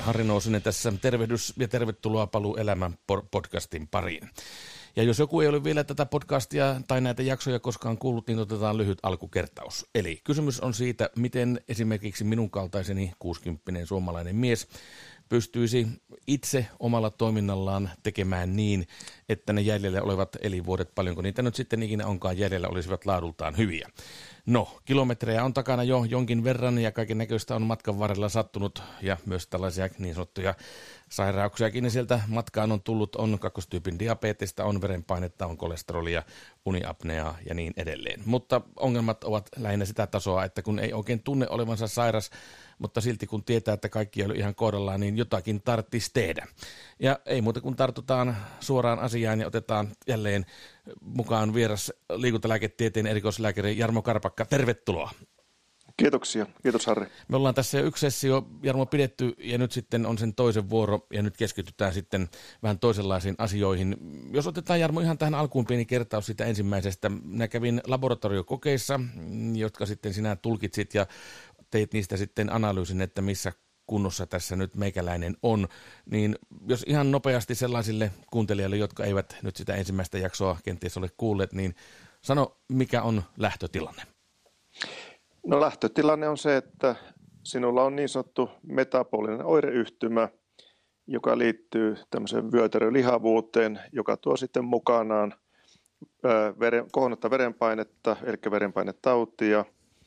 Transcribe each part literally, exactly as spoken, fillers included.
Harri Nousinen tässä. Tervehdys ja tervetuloa Paluu elämän podcastin pariin. Ja jos joku ei ole vielä tätä podcastia tai näitä jaksoja koskaan kuullut, niin otetaan lyhyt alkukertaus. Eli kysymys on siitä, miten esimerkiksi minun kaltaiseni kuusikymppinen suomalainen mies pystyisi itse omalla toiminnallaan tekemään niin, että ne jäljellä olevat elinvuodet, paljonko niitä nyt sitten ikinä onkaan jäljellä, olisivat laadultaan hyviä. No, kilometrejä on takana jo jonkin verran ja kaiken näköistä on matkan varrella sattunut ja myös tällaisia niin sanottuja sairauksiakin niin sieltä matkaan on tullut, on kakkostyypin diabetesta, on verenpainetta, on kolesterolia, uniapneaa ja niin edelleen. Mutta ongelmat ovat lähinnä sitä tasoa, että kun ei oikein tunne olevansa sairas, mutta silti kun tietää, että kaikki ei ole ihan kohdallaan, niin jotakin tarvitsisi tehdä. Ja ei muuta kuin tartutaan suoraan asiaan ja otetaan jälleen mukaan vieras liikuntalääketieteen erikoislääkäri Jarmo Karpakka. Tervetuloa. Kiitoksia. Kiitos Harri. Me ollaan tässä jo yksi sessio, Jarmo, pidetty ja nyt sitten on sen toisen vuoro ja nyt keskitytään sitten vähän toisenlaisiin asioihin. Jos otetaan, Jarmo, ihan tähän alkuun pieni kertaus siitä ensimmäisestä. Minä kävin laboratoriokokeissa, jotka sitten sinä tulkitsit ja teit niistä sitten analyysin, että missä kunnossa tässä nyt meikäläinen on. Niin jos ihan nopeasti sellaisille kuuntelijoille, jotka eivät nyt sitä ensimmäistä jaksoa kenties ole kuulleet, niin sano, mikä on lähtötilanne? No lähtötilanne on se, että sinulla on niin sanottu metabolinen oireyhtymä, joka liittyy tämmöiseen vyötärölihavuuteen, joka tuo sitten mukanaan veren, kohonnutta verenpainetta, eli verenpainetautia,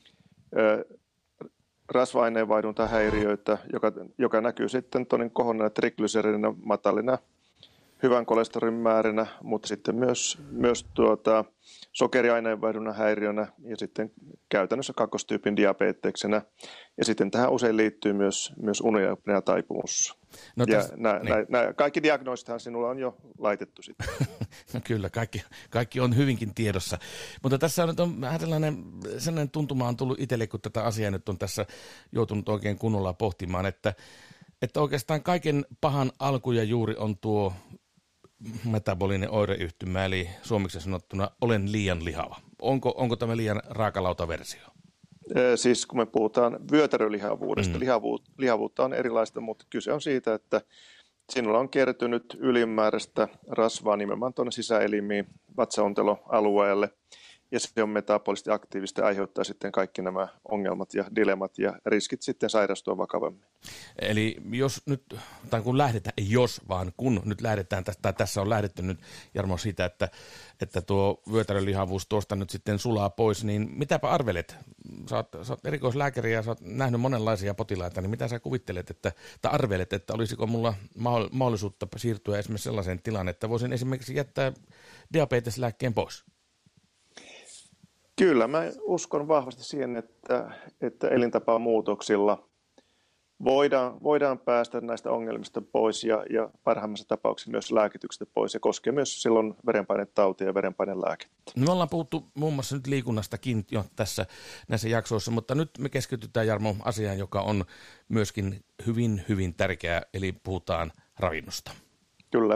rasva-aineenvaihdunta-häiriöitä, joka, joka näkyy sitten tuonne kohonneena triglyseridina, matalina hyvän kolesterin määränä, mutta sitten myös, myös tuota, sokeriaineenvaihdunnan häiriönä ja sitten käytännössä kakkostyypin diabeteksenä. Ja sitten tähän usein liittyy myös, myös uniapnea-taipumus. No täs, ja nää, niin. nää, nää, kaikki diagnoosithan sinulla on jo laitettu sitten. No kyllä, kaikki, kaikki on hyvinkin tiedossa. Mutta tässä on nyt on vähän sellainen, sellainen tuntuma on tullut itselle, kun tätä asiaa nyt on tässä joutunut oikein kunnolla pohtimaan, että, että oikeastaan kaiken pahan alku ja juuri on tuo metabolinen oireyhtymä, eli suomeksi sanottuna olen liian lihava. Onko, onko tämä liian raakalautaversio? Siis kun me puhutaan vyötärölihavuudesta, mm. lihavuut, lihavuutta on erilaista, mutta kyse on siitä, että sinulla on kertynyt ylimääräistä rasvaa nimenomaan tuonne sisäelimiin, vatsaonteloalueelle, ja se on metabolisesti aktiivista ja aiheuttaa sitten kaikki nämä ongelmat ja dilemmat ja riskit sitten sairastua vakavammin. Eli jos nyt, tai kun lähdetään, ei jos, vaan kun nyt lähdetään, tästä, tässä on lähdetty nyt, Jarmo, siitä, että, että tuo vyötärölihavuus tuosta nyt sitten sulaa pois, niin mitäpä arvelet? Sä oot, sä oot erikoislääkäri ja sä oot nähnyt monenlaisia potilaita, niin mitä sä kuvittelet, että, tai arvelet, että olisiko mulla mahdollisuutta siirtyä esimerkiksi sellaiseen tilaan, että voisin esimerkiksi jättää diabeteslääkkeen pois? Kyllä, mä uskon vahvasti siihen, että, että elintapamuutoksilla voidaan, voidaan päästä näistä ongelmista pois ja, ja parhaimmassa tapauksessa myös lääkityksestä pois. Ja koskee myös silloin verenpainetautia ja verenpainelääkettä. No me ollaan puhuttu muun muassa nyt liikunnastakin jo tässä näissä jaksoissa, mutta nyt me keskitytään, Jarmo, asiaan, joka on myöskin hyvin, hyvin tärkeää, eli puhutaan ravinnosta. Kyllä.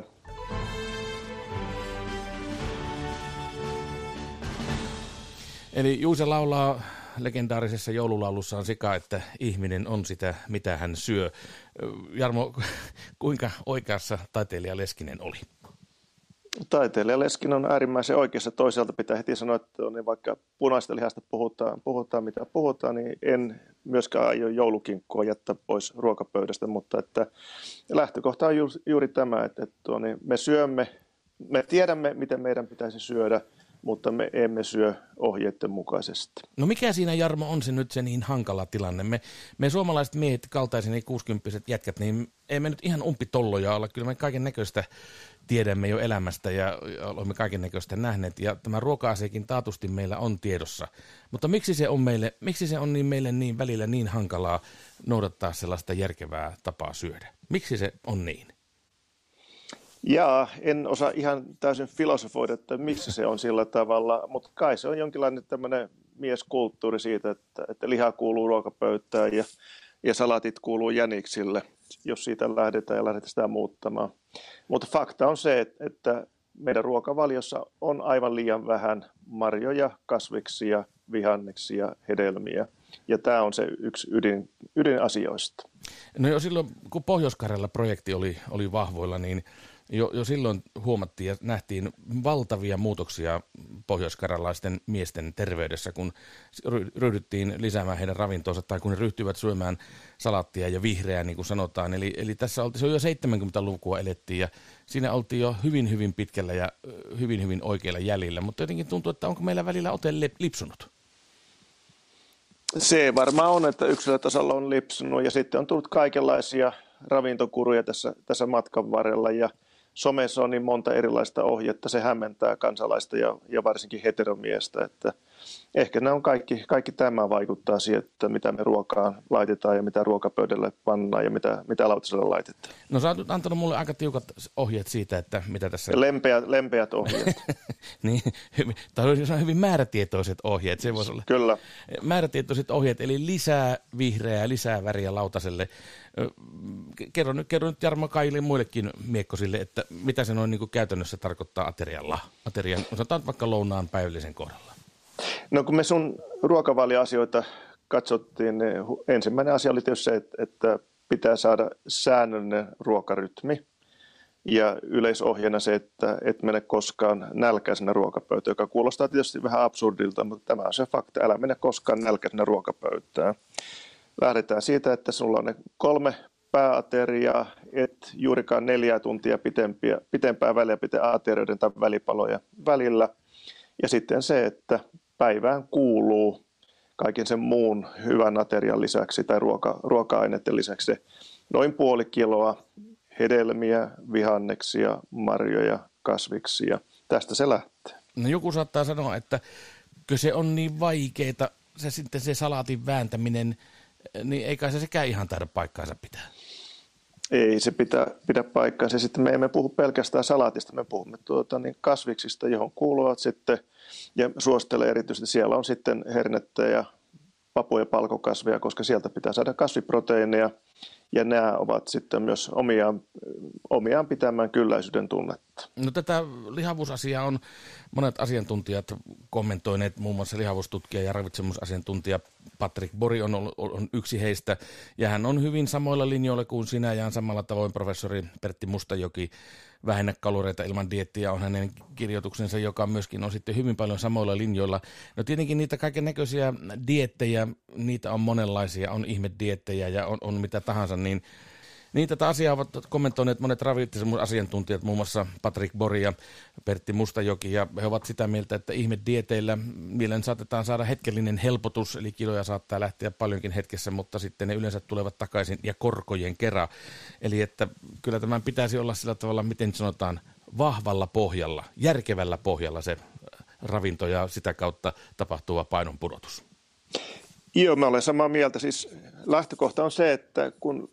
Eli Juise laulaa legendaarisessa joululaulussaan sika, että ihminen on sitä, mitä hän syö. Jarmo, kuinka oikeassa taiteilija Leskinen oli? Taiteilija Leskinen on äärimmäisen oikeassa. Toisaalta pitää heti sanoa, että on, niin vaikka punaista lihasta puhutaan, puhutaan mitä puhutaan, niin en myöskään aio joulukinkkua jättää pois ruokapöydästä, mutta että lähtökohta on ju, juuri tämä, että, että niin me syömme, me tiedämme, miten meidän pitäisi syödä, mutta me emme syö ohjeiden mukaisesti. No mikä siinä, Jarmo, on se nyt se niin hankala tilanne? Me, me suomalaiset miehet, kaltaisen niin kuusikymppiset jätkät, niin ei me nyt ihan umpitolloja olla. Kyllä me kaiken näköistä tiedämme jo elämästä ja olemme kaiken näköistä nähneet. Ja tämä ruoka-asiakin taatusti meillä on tiedossa. Mutta miksi se on, meille, miksi se on niin meille niin välillä niin hankalaa noudattaa sellaista järkevää tapaa syödä? Miksi se on niin? Jaa, en osaa ihan täysin filosofoida, että miksi se on sillä tavalla, mutta kai se on jonkinlainen tämmöinen mieskulttuuri siitä, että, että liha kuuluu ruokapöytään ja, ja salatit kuuluu jäniksille, jos siitä lähdetään ja lähdetään sitä muuttamaan. Mutta fakta on se, että, että meidän ruokavaliossa on aivan liian vähän marjoja, kasviksia, vihanneksia, hedelmiä. Ja tämä on se yksi ydin, ydinasioista. No jo silloin, kun Pohjois-Karjala projekti oli, oli vahvoilla, niin jo, jo silloin huomattiin ja nähtiin valtavia muutoksia pohjoiskarjalaisten miesten terveydessä, kun ryhdyttiin lisäämään heidän ravintonsa tai kun he ryhtyivät syömään salaattia ja vihreää, niin kuin sanotaan. Eli, eli tässä oltiin, se on jo seitsemänkymmentälukua elettiin ja siinä oltiin jo hyvin, hyvin pitkällä ja hyvin, hyvin oikeilla jäljillä, mutta jotenkin tuntuu, että onko meillä välillä ote lipsunut? Se varmaan on, että yksilötasolla on lipsunut ja sitten on tullut kaikenlaisia ravintokuruja tässä, tässä matkan varrella ja somessa on niin monta erilaista ohjetta, se hämmentää kansalaista ja, ja varsinkin heteromiestä, että ehkä nämä on kaikki, kaikki tämä vaikuttaa siihen, että mitä me ruokaan laitetaan ja mitä ruokapöydälle pannaan ja mitä, mitä lautaselle laitetaan. No sä oot antanut mulle aika tiukat ohjeet siitä, että mitä tässä... Lempeät, lempeät ohjeet. Niin, tai on hyvin määrätietoiset ohjeet, se voisi olla. Kyllä. Määrätietoiset ohjeet, eli lisää vihreää, lisää väriä lautaselle. Kerro nyt, kerro nyt Jarmo Kaili muillekin miekkosille, että mitä se noin niin kuin käytännössä tarkoittaa aterialla, aterian, osataan vaikka lounaan päivällisen kohdalla. No kun me sun ruokavalioasioita katsottiin, niin ensimmäinen asia oli tietysti se, että pitää saada säännöllinen ruokarytmi. Ja yleisohjeena se, että et mene koskaan nälkäisenä ruokapöytään, joka kuulostaa tietysti vähän absurdilta, mutta tämä on se fakta. Älä mene koskaan nälkäisenä ruokapöytään. Lähdetään siitä, että sulla on ne kolme pääateriaa, et juurikaan neljää tuntia pitempiä, pitempää väliä pitää aterioiden tai välipaloja välillä. Ja sitten se, että päivään kuuluu kaiken sen muun hyvän aterian lisäksi tai ruoka, ruoka-aineiden lisäksi noin puoli kiloa hedelmiä, vihanneksia, marjoja, kasviksia. Tästä se lähtee. No joku saattaa sanoa, että kun se on niin vaikeaa, se sitten se salaatin vääntäminen, niin ei kai se sekään ihan taida paikkaansa pitää. Ei se pitää, pidä paikkaansa. Sitten me emme puhu pelkästään salaatista, me puhumme tuota, niin kasviksista, johon kuuluvat sitten, ja suosittelen erityisesti, siellä on sitten hernettä ja papu- ja palkokasveja, koska sieltä pitää saada kasviproteiineja, ja nämä ovat sitten myös omiaan, omiaan pitämään kylläisyyden tunnetta. No tätä lihavuusasiaa on monet asiantuntijat kommentoineet, muun muassa lihavuustutkija ja ravitsemusasiantuntija Patrick Bori on, ollut, on yksi heistä, ja hän on hyvin samoilla linjoilla kuin sinä, ja samalla tavoin professori Pertti Mustajoki, Vähennä kaloreita ilman dieettiä on hänen kirjoituksensa, joka myöskin on sitten hyvin paljon samoilla linjoilla. No tietenkin niitä kaiken näköisiä dieettejä, niitä on monenlaisia, on ihmediettejä ja on, on mitä tahansa, niin niin tätä asiaa ovat kommentoineet monet ravitsemusasiantuntijat, muun muassa Patrick Bori ja Pertti Mustajoki, ja he ovat sitä mieltä, että ihmedieteillä mielen saatetaan saada hetkellinen helpotus, eli kiloja saattaa lähteä paljonkin hetkessä, mutta sitten ne yleensä tulevat takaisin ja korkojen kerran. Eli että kyllä tämän pitäisi olla sillä tavalla, miten sanotaan, vahvalla pohjalla, järkevällä pohjalla se ravinto ja sitä kautta tapahtuva painon pudotus. Joo, mä olen samaa mieltä. Siis lähtökohta on se, että kun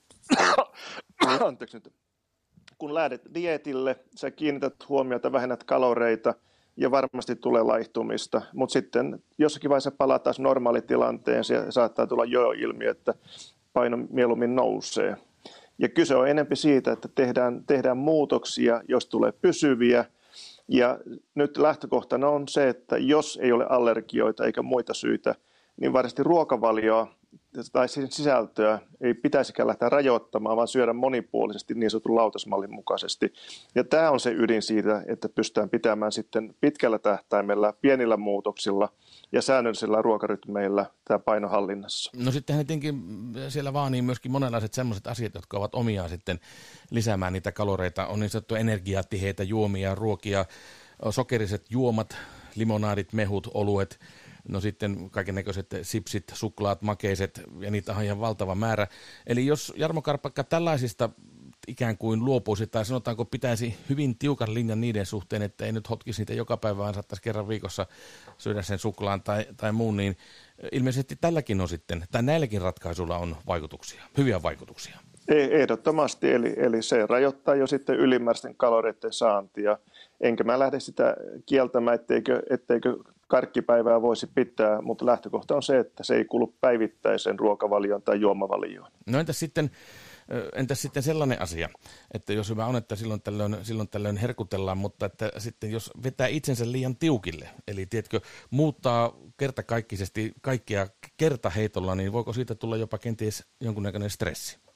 Anteeksi nyt. Kun lähdet dieetille, sä kiinnität huomiota, vähennät kaloreita ja varmasti tulee laihtumista, mutta sitten jossakin vaiheessa palataan normaalitilanteen, se saattaa tulla jo-ilmiö, että paino mieluummin nousee. Ja kyse on enemmän siitä, että tehdään, tehdään muutoksia, jos tulee pysyviä. Ja nyt lähtökohtana on se, että jos ei ole allergioita eikä muita syitä, niin varmasti ruokavalioa tai sisältöä ei pitäisikään lähteä rajoittamaan, vaan syödä monipuolisesti niin sanotun lautasmallin mukaisesti. Ja tämä on se ydin siitä, että pystytään pitämään sitten pitkällä tähtäimellä, pienillä muutoksilla ja säännöllisillä ruokarytmeillä tämä painohallinnassa. No sittenhän tietenkin siellä vaanii myöskin monenlaiset sellaiset asiat, jotka ovat omiaan sitten lisäämään niitä kaloreita. On niin sanottu energiatiheitä juomia, ruokia, sokeriset juomat, limonaadit, mehut, oluet. No sitten kaikennäköiset sipsit, suklaat, makeiset ja niitä on ihan valtava määrä. Eli jos Jarmo Karppakka tällaisista ikään kuin luopuisi tai sanotaanko pitäisi hyvin tiukan linjan niiden suhteen, että ei nyt hotkisi niitä joka päivä, vaan saattaisi kerran viikossa syödä sen suklaan tai, tai muun, niin ilmeisesti tälläkin on sitten, tai näilläkin ratkaisuilla on vaikutuksia, hyviä vaikutuksia. Ehdottomasti, eli, eli se rajoittaa jo sitten ylimääräisten kaloreiden saantia. Enkä mä lähde sitä kieltämään, etteikö, etteikö karkkipäivää voisi pitää, mutta lähtökohta on se, että se ei kuulu päivittäisen ruokavalioon tai juomavalioon. No entäs sitten, entäs sitten sellainen asia, että jos hyvä on, että silloin tällöin, silloin tällöin herkutellaan, mutta että sitten jos vetää itsensä liian tiukille, eli tiedätkö, muuttaa kertakaikkisesti kaikkia kertaheitolla, niin voiko siitä tulla jopa kenties jonkunnäköinen stressi?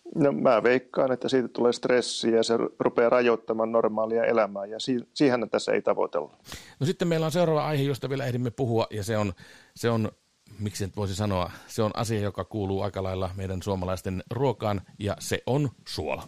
No, mä veikkaan, että siitä tulee stressiä ja se rupeaa rajoittamaan normaalia elämää ja si- siihen tässä ei tavoitella. No sitten meillä on seuraava aihe, josta vielä ehdimme puhua ja se on, se on, miksi nyt voisi sanoa, se on asia, joka kuuluu aika lailla meidän suomalaisten ruokaan ja se on suola.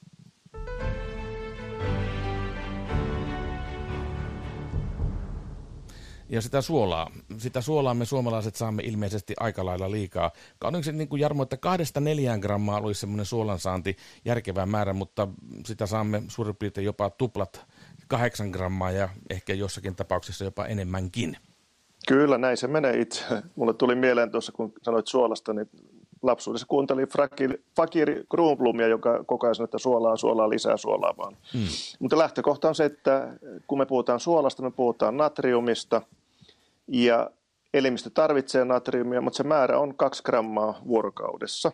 Ja sitä suolaa, sitä suolaa me suomalaiset saamme ilmeisesti aika lailla liikaa. Onko se niin kuin Jarmo, että kahdesta neljään grammaa olisi semmoinen suolansaanti järkevä määrä, mutta sitä saamme suurin piirtein jopa tuplat kahdeksan grammaa ja ehkä jossakin tapauksessa jopa enemmänkin. Kyllä, näin se menee itse. Mulle tuli mieleen tuossa, kun sanoit suolasta, niin lapsuudessa kuuntelin Fakir Kruunblumia, joka koko ajan sanoi, että suolaa, suolaa, lisää suolaa vaan. Hmm. Mutta lähtökohta on se, että kun me puhutaan suolasta, me puhutaan natriumista ja elimistö tarvitsee natriumia, mutta se määrä on kaksi grammaa vuorokaudessa.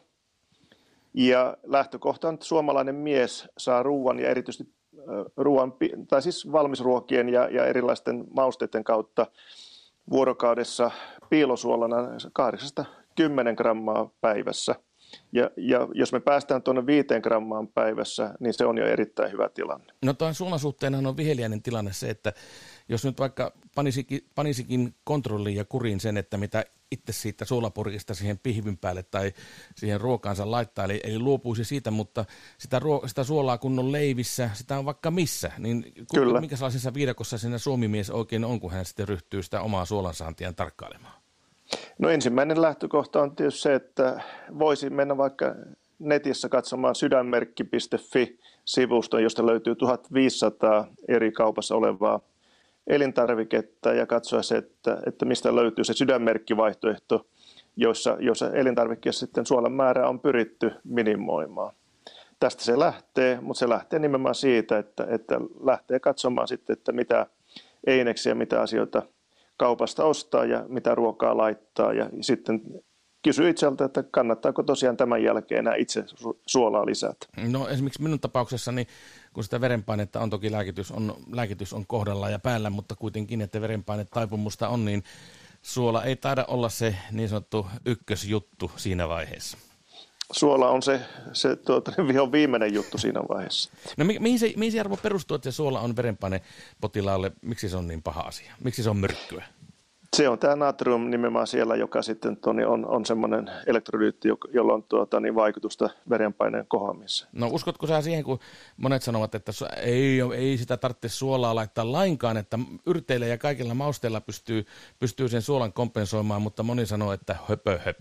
Ja lähtökohta on, että suomalainen mies saa ruoan ja erityisesti ruoan, tai siis valmisruokien ja, ja erilaisten mausteiden kautta vuorokaudessa piilosuolana kahdeksasta kymmenen grammaa päivässä. Ja, ja jos me päästään tuonne viiteen grammaan päivässä, niin se on jo erittäin hyvä tilanne. No tuon suolan suhteenhan on viheliäinen tilanne se, että jos nyt vaikka panisikin, panisikin kontrolliin ja kuriin sen, että mitä itse siitä suolapurkista siihen pihvin päälle tai siihen ruokaansa laittaa, eli, eli luopuisi siitä, mutta sitä, ruo, sitä suolaa kun on leivissä, sitä on vaikka missä, niin kuinka, minkä sellaisessa viidakossa siinä suomimies oikein on, kun hän sitten ryhtyy sitä omaa suolansaantiaan tarkkailemaan? No ensimmäinen lähtökohta on tietysti se, että voisi mennä vaikka netissä katsomaan sydänmerkki piste fi-sivuston, josta löytyy tuhatviisisataa eri kaupassa olevaa elintarviketta ja katsoa se, että, että mistä löytyy se sydänmerkkivaihtoehto, jossa, jossa elintarvikkeessa sitten suolan määrä on pyritty minimoimaan. Tästä se lähtee, mutta se lähtee nimenomaan siitä, että, että lähtee katsomaan sitten, että mitä eineksiä, mitä asioita kaupasta ostaa ja mitä ruokaa laittaa ja sitten kysyy itseltä, että kannattaako tosiaan tämän jälkeen enää itse suolaa lisätä. No esimerkiksi minun tapauksessani, kun sitä verenpainetta on, toki lääkitys on, lääkitys on kohdalla ja päällä, mutta kuitenkin, että verenpainetaipumusta on, niin suola ei taida olla se niin sanottu ykkösjuttu siinä vaiheessa. Suola on se, se tuota, vihon viimeinen juttu siinä vaiheessa. No mi- mihin se, mihin se arvo perustuu, että se suola on verenpainepotilaalle? Miksi se on niin paha asia? Miksi se on myrkkyä? Se on tämä natrium nimenomaan siellä, joka sitten toni, on, on semmoinen elektrolyytti, jolla on tuota, niin vaikutusta verenpaineen kohoamiseen. No uskotko sä siihen, kun monet sanovat, että ei, ei sitä tarvitse suolaa laittaa lainkaan, että yrteillä ja kaikilla mausteilla pystyy, pystyy sen suolan kompensoimaan, mutta moni sanoo, että höpö höpö.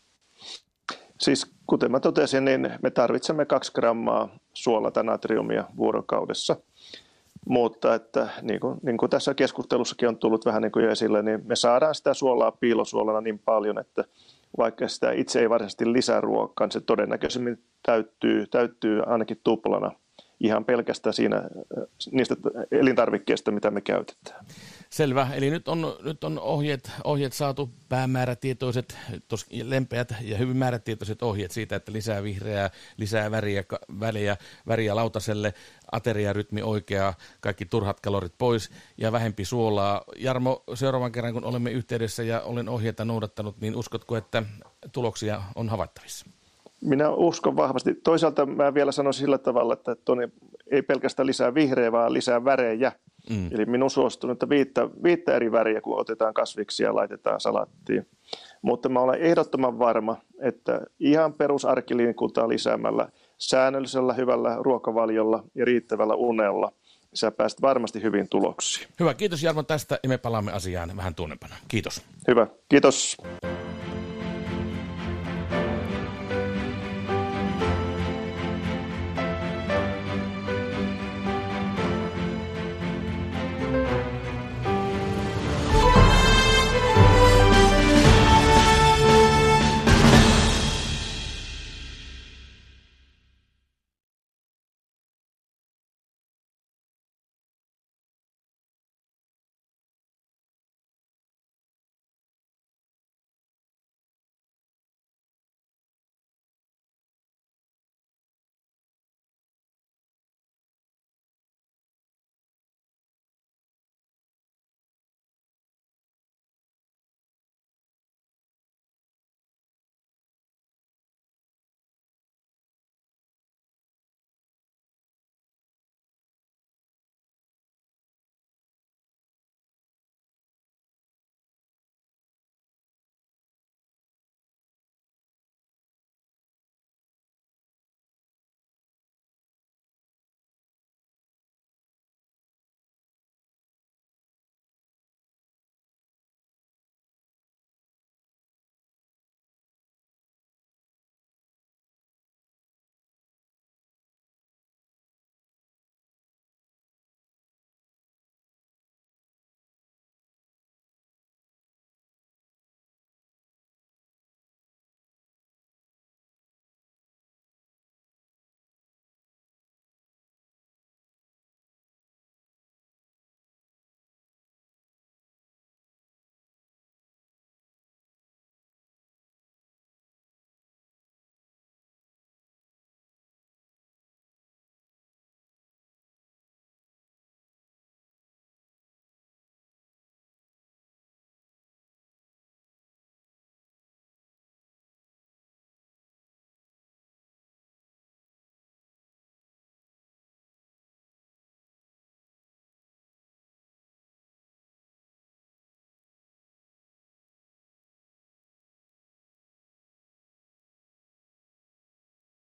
Siis kuten mä totesin, niin me tarvitsemme kaksi grammaa suolata natriumia vuorokaudessa. Mutta että niin kuin, niin kuin tässä keskustelussakin on tullut vähän niin kuin jo esille, niin me saadaan sitä suolaa piilosuolana niin paljon, että vaikka sitä itse ei varsinaisesti lisää ruokaa, niin se todennäköisemmin täyttyy, täyttyy ainakin tuplana ihan pelkästään siinä, niistä elintarvikkeista, mitä me käytetään. Selvä. Eli nyt on, nyt on ohjeet, ohjeet saatu, päämäärätietoiset, tos, lempeät ja hyvin määrätietoiset ohjeet siitä, että lisää vihreää, lisää väriä, väliä, väriä lautaselle, ateriarytmi oikeaa, kaikki turhat kalorit pois ja vähempi suolaa. Jarmo, seuraavan kerran kun olemme yhteydessä ja olen ohjeita noudattanut, niin uskotko, että tuloksia on havaittavissa? Minä uskon vahvasti. Toisaalta mä vielä sanon sillä tavalla, että toni ei pelkästään lisää vihreää, vaan lisää värejä. Mm. Eli minun suositun, että viittä, viittä eri väriä, kun otetaan kasviksia ja laitetaan salattiin. Mutta mä olen ehdottoman varma, että ihan perusarkiliikuntaa lisäämällä, säännöllisellä hyvällä ruokavaliolla ja riittävällä unella sä pääset varmasti hyvin tuloksiin. Hyvä, kiitos Jarmo tästä ja me palaamme asiaan vähän tuonnepana. Kiitos. Hyvä, kiitos.